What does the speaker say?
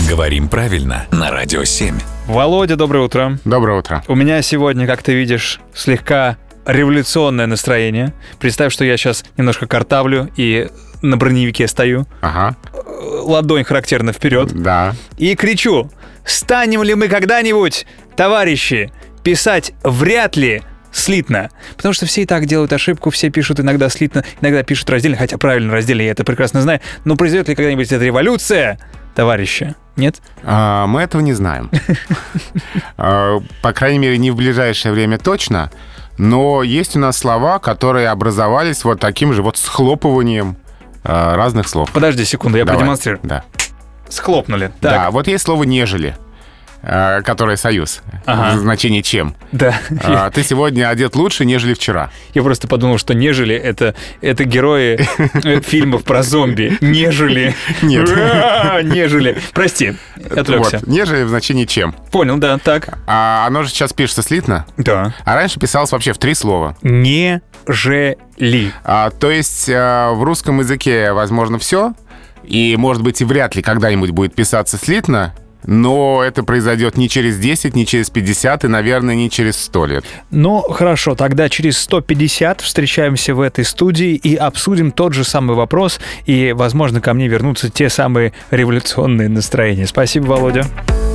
Говорим правильно на Радио 7. Володя, доброе утро. Доброе утро. У меня сегодня, как ты видишь, слегка революционное настроение. Представь, что я сейчас немножко картавлю и на броневике стою. Ага. Ладонь характерно вперед. Да. И кричу: станем ли мы когда-нибудь, товарищи, писать вряд ли слитно? Потому что все и так делают ошибку, все пишут иногда слитно, иногда пишут раздельно, хотя правильно раздельно, я это прекрасно знаю. Но произойдет ли когда-нибудь эта революция, товарищи? Нет? Мы этого не знаем. По крайней мере, не в ближайшее время точно. Но есть у нас слова, которые образовались вот таким же вот схлопыванием разных слов. Подожди секунду, я Давай. продемонстрирую. Да. Схлопнули. Так. Да, вот есть слово «нежели», которое союз. Ага. В значении «чем». Да. Ты сегодня одет лучше, нежели вчера. Я просто подумал, что нежели это герои фильмов про зомби. Нежели. Нет. Нежели. Прости, отвлекся. Вот, нежели в значении «чем». Понял, да, так. Оно же сейчас пишется слитно. Да. А раньше писалось вообще в 3 слова. Нежели. То есть в русском языке возможно все, и, может быть, и вряд ли когда-нибудь будет писаться слитно, но это произойдет не через 10, не через 50 и, наверное, не через 100 лет. Ну, хорошо, тогда через 150 встречаемся в этой студии и обсудим тот же самый вопрос, и, возможно, ко мне вернутся те самые революционные настроения. Спасибо, Володя.